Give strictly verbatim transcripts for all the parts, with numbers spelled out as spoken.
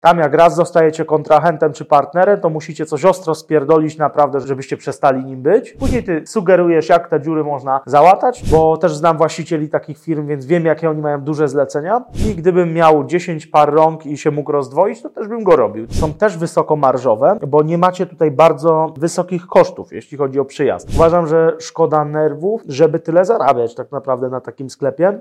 Tam jak raz zostajecie kontrahentem czy partnerem, to musicie coś ostro spierdolić naprawdę, żebyście przestali nim być. Później ty sugerujesz, jak te dziury można załatać, bo też znam właścicieli takich firm, więc wiem, jakie oni mają duże zlecenia. I gdybym miał dziesięć par rąk i się mógł rozdwoić, to też bym go robił. Są też wysokomarżowe, bo nie macie tutaj bardzo wysokich kosztów, jeśli chodzi o przyjazd. Uważam, że szkoda nerwów, żeby tyle zarabiać tak naprawdę na takim sklepie.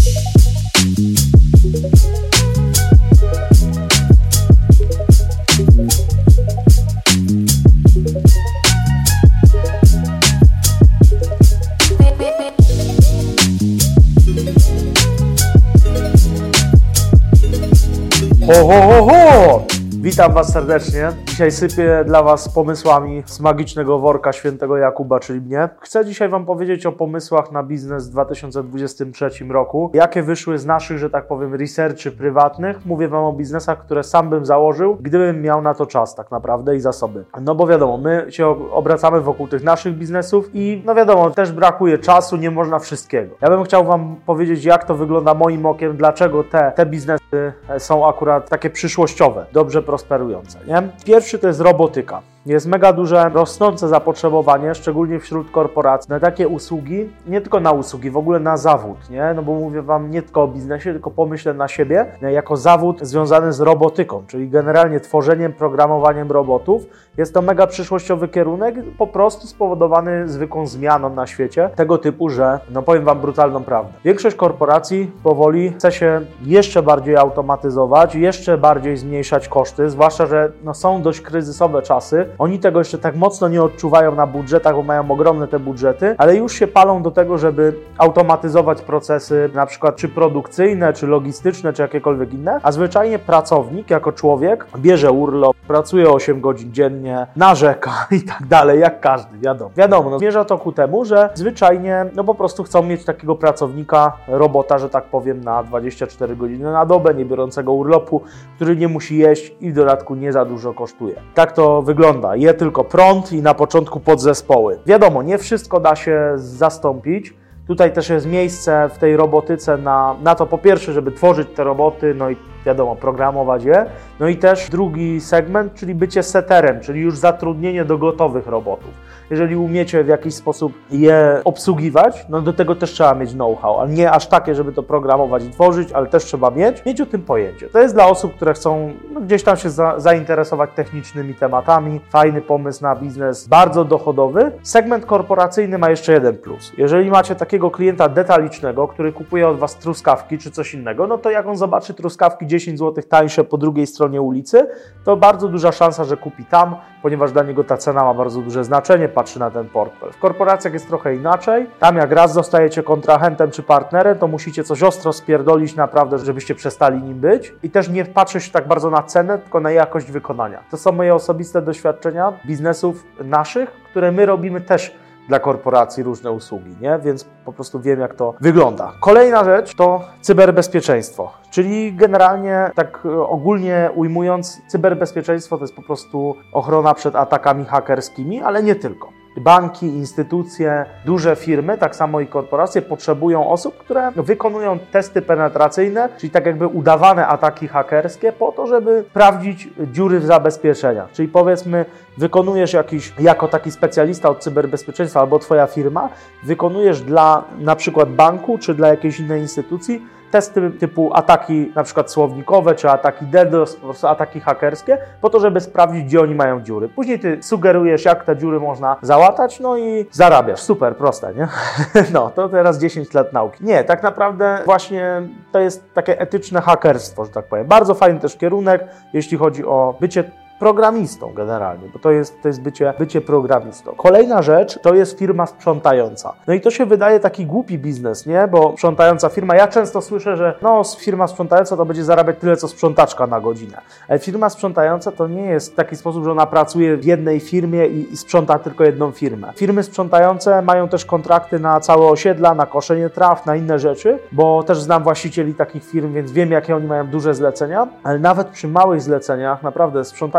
Ho, ho, ho, ho! Witam Was serdecznie. Dzisiaj sypię dla Was pomysłami z magicznego worka świętego Jakuba, czyli mnie. Chcę dzisiaj Wam powiedzieć o pomysłach na biznes w dwa tysiące dwudziestym trzecim roku. Jakie wyszły z naszych, że tak powiem, researchy prywatnych. Mówię Wam o biznesach, które sam bym założył, gdybym miał na to czas tak naprawdę i zasoby. No bo wiadomo, my się obracamy wokół tych naszych biznesów i no wiadomo, też brakuje czasu, nie można wszystkiego. Ja bym chciał Wam powiedzieć, jak to wygląda moim okiem, dlaczego te, te biznesy są akurat takie przyszłościowe, dobrze prosperujące, nie? Pierwszy to jest robotyka. Jest mega duże, rosnące zapotrzebowanie, szczególnie wśród korporacji, na takie usługi, nie tylko na usługi, w ogóle na zawód, nie? No bo mówię Wam nie tylko o biznesie, tylko pomyślę na siebie, jako zawód związany z robotyką, czyli generalnie tworzeniem, programowaniem robotów. Jest to mega przyszłościowy kierunek, po prostu spowodowany zwykłą zmianą na świecie, tego typu, że, no powiem Wam brutalną prawdę. Większość korporacji powoli chce się jeszcze bardziej automatyzować, jeszcze bardziej zmniejszać koszty, zwłaszcza, że no, są dość kryzysowe czasy. Oni tego jeszcze tak mocno nie odczuwają na budżetach, bo mają ogromne te budżety, ale już się palą do tego, żeby automatyzować procesy, na przykład czy produkcyjne, czy logistyczne, czy jakiekolwiek inne, a zwyczajnie pracownik jako człowiek bierze urlop, pracuje osiem godzin dziennie, narzeka i tak dalej, jak każdy, wiadomo. Wiadomo, no, zmierza to ku temu, że zwyczajnie no po prostu chcą mieć takiego pracownika, robota, że tak powiem, na dwadzieścia cztery godziny na dobę, nie biorącego urlopu, który nie musi jeść i w dodatku nie za dużo kosztuje. Tak to wygląda. Je tylko prąd i na początku podzespoły. Wiadomo, nie wszystko da się zastąpić. Tutaj też jest miejsce w tej robotyce na, na to po pierwsze, żeby tworzyć te roboty, no i wiadomo, programować je. No i też drugi segment, czyli bycie seterem, czyli już zatrudnienie do gotowych robotów. Jeżeli umiecie w jakiś sposób je obsługiwać, no do tego też trzeba mieć know-how, ale nie aż takie, żeby to programować i tworzyć, ale też trzeba mieć, mieć o tym pojęcie. To jest dla osób, które chcą no, gdzieś tam się za, zainteresować technicznymi tematami. Fajny pomysł na biznes, bardzo dochodowy. Segment korporacyjny ma jeszcze jeden plus. Jeżeli macie takiego klienta detalicznego, który kupuje od Was truskawki czy coś innego, no to jak on zobaczy truskawki dziesięć złotych tańsze po drugiej stronie ulicy, to bardzo duża szansa, że kupi tam, ponieważ dla niego ta cena ma bardzo duże znaczenie, patrzy na ten portfel. W korporacjach jest trochę inaczej. Tam jak raz zostajecie kontrahentem czy partnerem, to musicie coś ostro spierdolić naprawdę, żebyście przestali nim być i też nie patrzeć tak bardzo na cenę, tylko na jakość wykonania. To są moje osobiste doświadczenia biznesów naszych, które my robimy też dla korporacji różne usługi, nie? Więc po prostu wiem, jak to wygląda. Kolejna rzecz to cyberbezpieczeństwo, czyli generalnie, tak ogólnie ujmując, cyberbezpieczeństwo to jest po prostu ochrona przed atakami hakerskimi, ale nie tylko. Banki, instytucje, duże firmy, tak samo i korporacje potrzebują osób, które wykonują testy penetracyjne, czyli tak jakby udawane ataki hakerskie po to, żeby sprawdzić dziury w zabezpieczeniach. Czyli powiedzmy, wykonujesz jakiś, jako taki specjalista od cyberbezpieczeństwa albo Twoja firma, wykonujesz dla na przykład banku czy dla jakiejś innej instytucji testy typu ataki na przykład słownikowe, czy ataki DDoS, po prostu ataki hakerskie, po to, żeby sprawdzić, gdzie oni mają dziury. Później Ty sugerujesz, jak te dziury można załatać, no i zarabiasz. Super, proste, nie? No, to teraz dziesięć lat nauki. Nie, tak naprawdę właśnie to jest takie etyczne hakerstwo, że tak powiem. Bardzo fajny też kierunek, jeśli chodzi o bycie programistą generalnie, bo to jest, to jest bycie, bycie programistą. Kolejna rzecz to jest firma sprzątająca. No i to się wydaje taki głupi biznes, nie? Bo sprzątająca firma, ja często słyszę, że no firma sprzątająca to będzie zarabiać tyle, co sprzątaczka na godzinę. Ale firma sprzątająca to nie jest w taki sposób, że ona pracuje w jednej firmie i, i sprząta tylko jedną firmę. Firmy sprzątające mają też kontrakty na całe osiedla, na koszenie traw, na inne rzeczy, bo też znam właścicieli takich firm, więc wiem, jakie oni mają duże zlecenia, ale nawet przy małych zleceniach naprawdę sprzątanie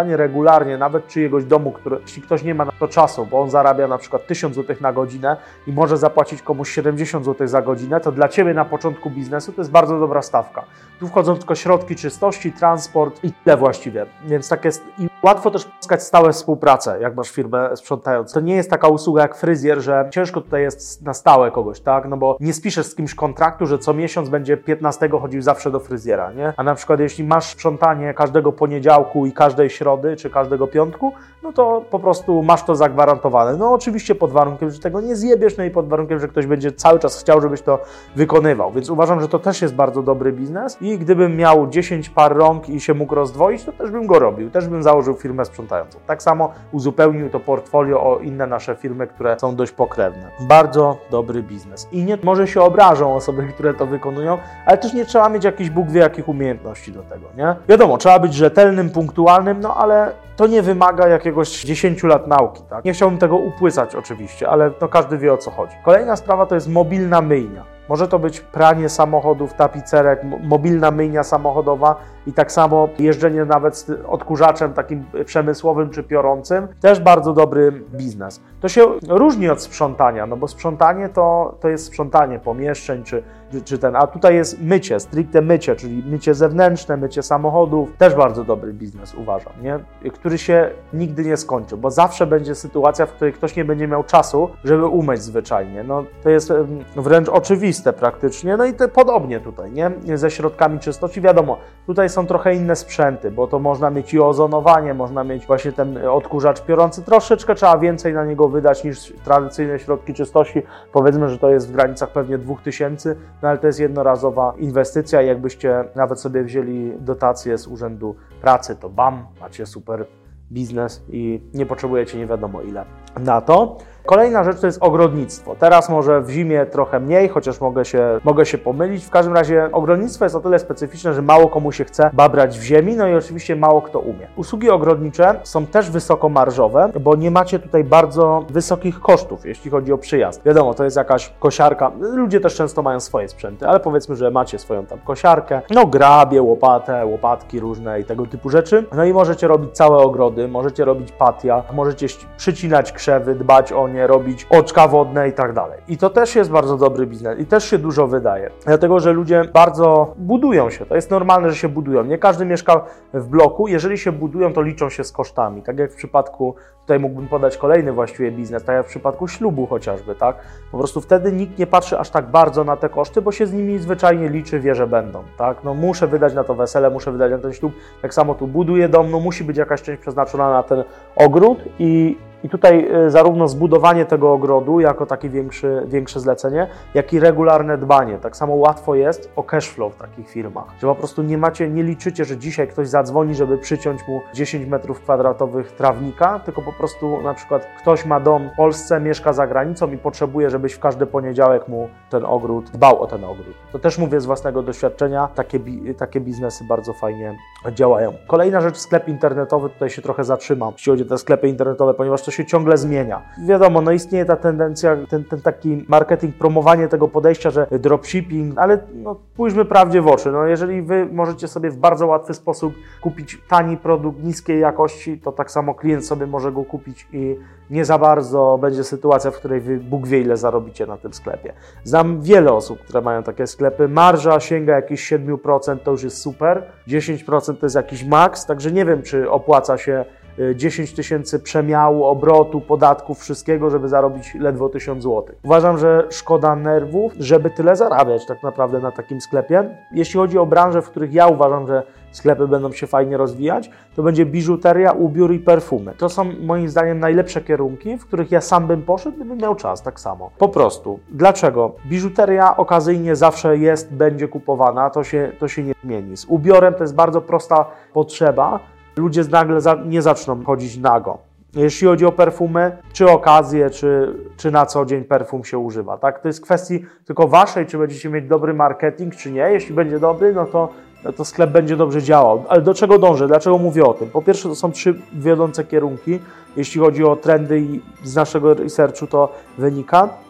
sprzątanie regularnie, nawet czyjegoś domu, który, jeśli ktoś nie ma na to czasu, bo on zarabia na przykład tysiąc złotych na godzinę i może zapłacić komuś siedemdziesiąt złotych za godzinę, to dla Ciebie na początku biznesu to jest bardzo dobra stawka. Tu wchodzą tylko środki czystości, transport i tyle właściwie. Więc tak jest. I łatwo też pozyskać stałe współpracę, jak masz firmę sprzątającą. To nie jest taka usługa jak fryzjer, że ciężko tutaj jest na stałe kogoś, tak? No bo nie spiszesz z kimś kontraktu, że co miesiąc będzie piętnastego chodził zawsze do fryzjera, nie? A na przykład jeśli masz sprzątanie każdego poniedziałku i każdej środy, czy każdego piątku, no to po prostu masz to zagwarantowane. No oczywiście pod warunkiem, że tego nie zjebiesz, no i pod warunkiem, że ktoś będzie cały czas chciał, żebyś to wykonywał. Więc uważam, że to też jest bardzo dobry biznes i gdybym miał dziesięć par rąk i się mógł rozdwoić, to też bym go robił. Też bym założył firmę sprzątającą. Tak samo uzupełnił to portfolio o inne nasze firmy, które są dość pokrewne. Bardzo dobry biznes. I nie, może się obrażą osoby, które to wykonują, ale też nie trzeba mieć jakichś Bóg wie jakich umiejętności do tego, nie? Wiadomo, trzeba być rzetelnym, punktualnym, no ale to nie wymaga jakiegoś dziesięciu lat nauki, tak? Nie chciałbym tego upłycać oczywiście, ale no każdy wie, o co chodzi. Kolejna sprawa to jest mobilna myjnia. Może to być pranie samochodów, tapicerek, mobilna myjnia samochodowa i tak samo jeżdżenie nawet z odkurzaczem takim przemysłowym czy piorącym. Też bardzo dobry biznes. To się różni od sprzątania, no bo sprzątanie to, to jest sprzątanie pomieszczeń czy, czy ten, a tutaj jest mycie, stricte mycie, czyli mycie zewnętrzne, mycie samochodów. Też bardzo dobry biznes uważam, nie? Który się nigdy nie skończy, bo zawsze będzie sytuacja, w której ktoś nie będzie miał czasu, żeby umyć zwyczajnie. No, to jest wręcz oczywiste praktycznie, no i to podobnie tutaj, nie? Ze środkami czystości, wiadomo, tutaj są trochę inne sprzęty, bo to można mieć i ozonowanie, można mieć właśnie ten odkurzacz piorący, troszeczkę trzeba więcej na niego wydać niż tradycyjne środki czystości, powiedzmy, że to jest w granicach pewnie dwóch tysięcy, no ale to jest jednorazowa inwestycja i jakbyście nawet sobie wzięli dotację z Urzędu Pracy, to bam, macie super biznes i nie potrzebujecie nie wiadomo ile na to. Kolejna rzecz to jest ogrodnictwo. Teraz może w zimie trochę mniej, chociaż mogę się, mogę się pomylić. W każdym razie ogrodnictwo jest o tyle specyficzne, że mało komu się chce babrać w ziemi, no i oczywiście mało kto umie. Usługi ogrodnicze są też wysokomarżowe, bo nie macie tutaj bardzo wysokich kosztów, jeśli chodzi o przyjazd. Wiadomo, to jest jakaś kosiarka. Ludzie też często mają swoje sprzęty, ale powiedzmy, że macie swoją tam kosiarkę, no grabie, łopatę, łopatki różne i tego typu rzeczy. No i możecie robić całe ogrody, możecie robić patia, możecie przycinać krzewy, dbać o nie, robić oczka wodne i tak dalej. I to też jest bardzo dobry biznes i też się dużo wydaje, dlatego że ludzie bardzo budują się. To jest normalne, że się budują. Nie każdy mieszka w bloku. Jeżeli się budują, to liczą się z kosztami. Tak jak w przypadku, tutaj mógłbym podać kolejny właściwie biznes, tak jak w przypadku ślubu chociażby, tak? Po prostu wtedy nikt nie patrzy aż tak bardzo na te koszty, bo się z nimi zwyczajnie liczy, wie, że będą, tak? No muszę wydać na to wesele, muszę wydać na ten ślub. Tak samo tu buduję dom, no musi być jakaś część przeznaczona na ten ogród i I tutaj zarówno zbudowanie tego ogrodu jako takie większy, większe zlecenie, jak i regularne dbanie. Tak samo łatwo jest o cash flow w takich firmach, że po prostu nie macie, nie liczycie, że dzisiaj ktoś zadzwoni, żeby przyciąć mu dziesięć metrów kwadratowych trawnika, tylko po prostu na przykład ktoś ma dom w Polsce, mieszka za granicą i potrzebuje, żebyś w każdy poniedziałek mu ten ogród, dbał o ten ogród. To też mówię z własnego doświadczenia, takie, takie biznesy bardzo fajnie działają. Kolejna rzecz, sklep internetowy, tutaj się trochę zatrzymam, jeśli chodzi o te sklepy internetowe, ponieważ to się ciągle zmienia. Wiadomo, no istnieje ta tendencja, ten, ten taki marketing, promowanie tego podejścia, że dropshipping, ale no, spójrzmy prawdzie w oczy. No, jeżeli Wy możecie sobie w bardzo łatwy sposób kupić tani produkt niskiej jakości, to tak samo klient sobie może go kupić i nie za bardzo będzie sytuacja, w której Wy Bóg wie ile zarobicie na tym sklepie. Znam wiele osób, które mają takie sklepy. Marża sięga jakieś siedem procent, to już jest super. dziesięć procent to jest jakiś maks, także nie wiem, czy opłaca się dziesięć tysięcy przemiału, obrotu, podatków, wszystkiego, żeby zarobić ledwo tysiąc złotych. Uważam, że szkoda nerwów, żeby tyle zarabiać tak naprawdę na takim sklepie. Jeśli chodzi o branże, w których ja uważam, że sklepy będą się fajnie rozwijać, to będzie biżuteria, ubiór i perfumy. To są moim zdaniem najlepsze kierunki, w których ja sam bym poszedł, gdybym miał czas, tak samo. Po prostu. Dlaczego? Biżuteria okazyjnie zawsze jest, będzie kupowana, to się, to się nie zmieni. Z ubiorem to jest bardzo prosta potrzeba. Ludzie nagle za, nie zaczną chodzić nago. Jeśli chodzi o perfumy, czy okazję, czy, czy na co dzień perfum się używa, tak? To jest kwestii tylko waszej, czy będziecie mieć dobry marketing, czy nie. Jeśli będzie dobry, no to, no to sklep będzie dobrze działał. Ale do czego dążę? Dlaczego mówię o tym? Po pierwsze, to są trzy wiodące kierunki. Jeśli chodzi o trendy i z naszego researchu to wynika.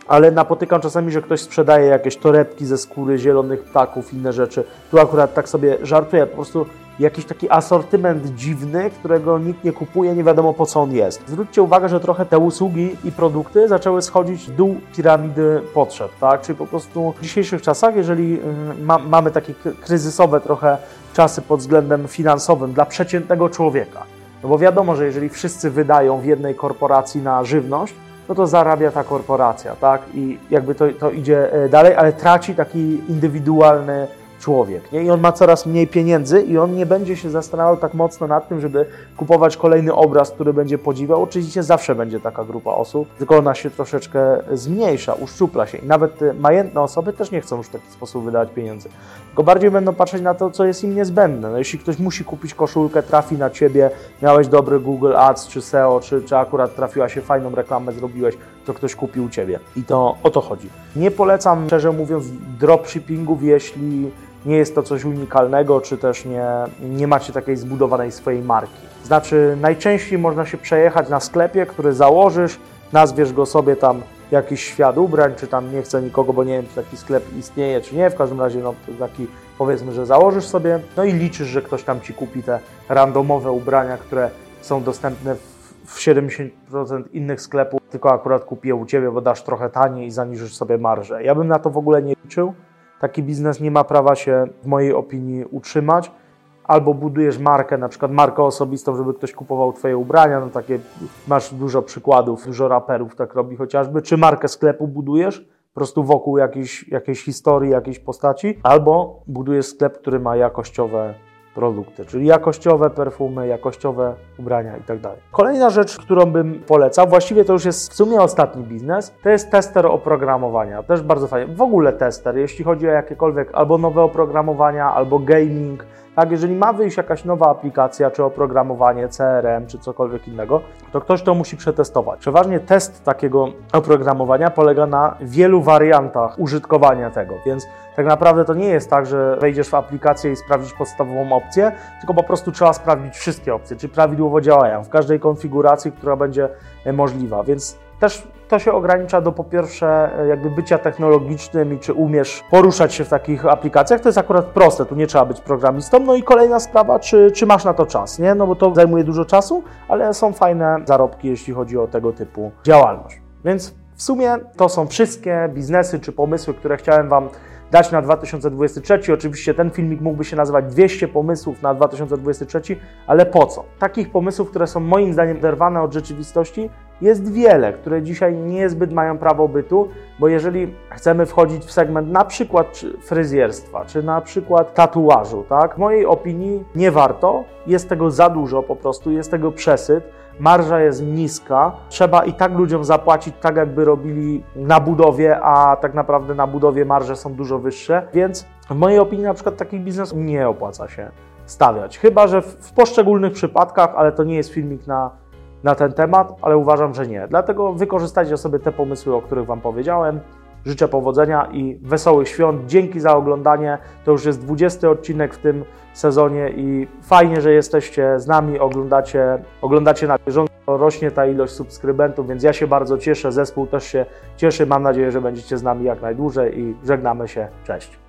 ale napotykam czasami, że ktoś sprzedaje jakieś torebki ze skóry zielonych ptaków, inne rzeczy. Tu akurat tak sobie żartuję, po prostu jakiś taki asortyment dziwny, którego nikt nie kupuje, nie wiadomo po co on jest. Zwróćcie uwagę, że trochę te usługi i produkty zaczęły schodzić w dół piramidy potrzeb, tak? Czyli po prostu w dzisiejszych czasach, jeżeli ma, mamy takie kryzysowe trochę czasy pod względem finansowym dla przeciętnego człowieka, no bo wiadomo, że jeżeli wszyscy wydają w jednej korporacji na żywność, no to zarabia ta korporacja, tak? I jakby to, to idzie dalej, ale traci taki indywidualny człowiek, nie? I on ma coraz mniej pieniędzy i on nie będzie się zastanawiał tak mocno nad tym, żeby kupować kolejny obraz, który będzie podziwiał. Oczywiście zawsze będzie taka grupa osób, tylko ona się troszeczkę zmniejsza, uszczupla się i nawet te majętne osoby też nie chcą już w taki sposób wydawać pieniędzy, tylko bardziej będą patrzeć na to, co jest im niezbędne. No, jeśli ktoś musi kupić koszulkę, trafi na Ciebie, miałeś dobry Google Ads, czy S E O, czy, czy akurat trafiła się, fajną reklamę zrobiłeś, to ktoś kupił u Ciebie i to o to chodzi. Nie polecam, szczerze mówiąc, dropshippingów, jeśli nie jest to coś unikalnego, czy też nie, nie macie takiej zbudowanej swojej marki. Znaczy, najczęściej można się przejechać na sklepie, który założysz, nazwiesz go sobie tam jakiś świat ubrań, czy tam nie chcę nikogo, bo nie wiem, czy taki sklep istnieje, czy nie. W każdym razie, no taki, powiedzmy, że założysz sobie, no i liczysz, że ktoś tam Ci kupi te randomowe ubrania, które są dostępne w w siedemdziesiąt procent innych sklepów, tylko akurat kupię u Ciebie, bo dasz trochę taniej i zaniżysz sobie marżę. Ja bym na to w ogóle nie liczył. Taki biznes nie ma prawa się, w mojej opinii, utrzymać. Albo budujesz markę, na przykład markę osobistą, żeby ktoś kupował Twoje ubrania, no takie, masz dużo przykładów, dużo raperów tak robi chociażby. Czy markę sklepu budujesz, po prostu wokół jakiejś, jakiejś historii, jakiejś postaci, albo budujesz sklep, który ma jakościowe produkty, czyli jakościowe perfumy, jakościowe ubrania i tak dalej. Kolejna rzecz, którą bym polecał, właściwie to już jest w sumie ostatni biznes, to jest tester oprogramowania. Też bardzo fajnie. W ogóle tester, jeśli chodzi o jakiekolwiek albo nowe oprogramowania, albo gaming. Tak, jeżeli ma wyjść jakaś nowa aplikacja, czy oprogramowanie, C R M, czy cokolwiek innego, to ktoś to musi przetestować. Przeważnie test takiego oprogramowania polega na wielu wariantach użytkowania tego, więc tak naprawdę to nie jest tak, że wejdziesz w aplikację i sprawdzisz podstawową opcję, tylko po prostu trzeba sprawdzić wszystkie opcje, czy prawidłowo działają w każdej konfiguracji, która będzie możliwa, więc też to się ogranicza do po pierwsze jakby bycia technologicznym i czy umiesz poruszać się w takich aplikacjach, to jest akurat proste, tu nie trzeba być programistą. No i kolejna sprawa, czy, czy masz na to czas, nie? No bo to zajmuje dużo czasu, ale są fajne zarobki, jeśli chodzi o tego typu działalność. Więc w sumie to są wszystkie biznesy czy pomysły, które chciałem Wam dać na dwa tysiące dwudziesty trzeci. Oczywiście ten filmik mógłby się nazywać dwieście pomysłów na dwa tysiące dwudziesty trzeci, ale po co? Takich pomysłów, które są moim zdaniem oderwane od rzeczywistości, jest wiele, które dzisiaj niezbyt mają prawo bytu, bo jeżeli chcemy wchodzić w segment na przykład fryzjerstwa, czy na przykład tatuażu, tak? W mojej opinii nie warto, jest tego za dużo po prostu, jest tego przesyt, marża jest niska, trzeba i tak ludziom zapłacić tak, jakby robili na budowie, a tak naprawdę na budowie marże są dużo wyższe, więc w mojej opinii na przykład takich biznesów nie opłaca się stawiać. Chyba że w poszczególnych przypadkach, ale to nie jest filmik na, na ten temat, ale uważam, że nie. Dlatego wykorzystajcie sobie te pomysły, o których Wam powiedziałem. Życzę powodzenia i wesołych świąt. Dzięki za oglądanie. To już jest dwudziesty odcinek w tym sezonie i fajnie, że jesteście z nami, oglądacie, oglądacie na bieżąco. Rośnie ta ilość subskrybentów, więc ja się bardzo cieszę, zespół też się cieszy. Mam nadzieję, że będziecie z nami jak najdłużej i żegnamy się. Cześć.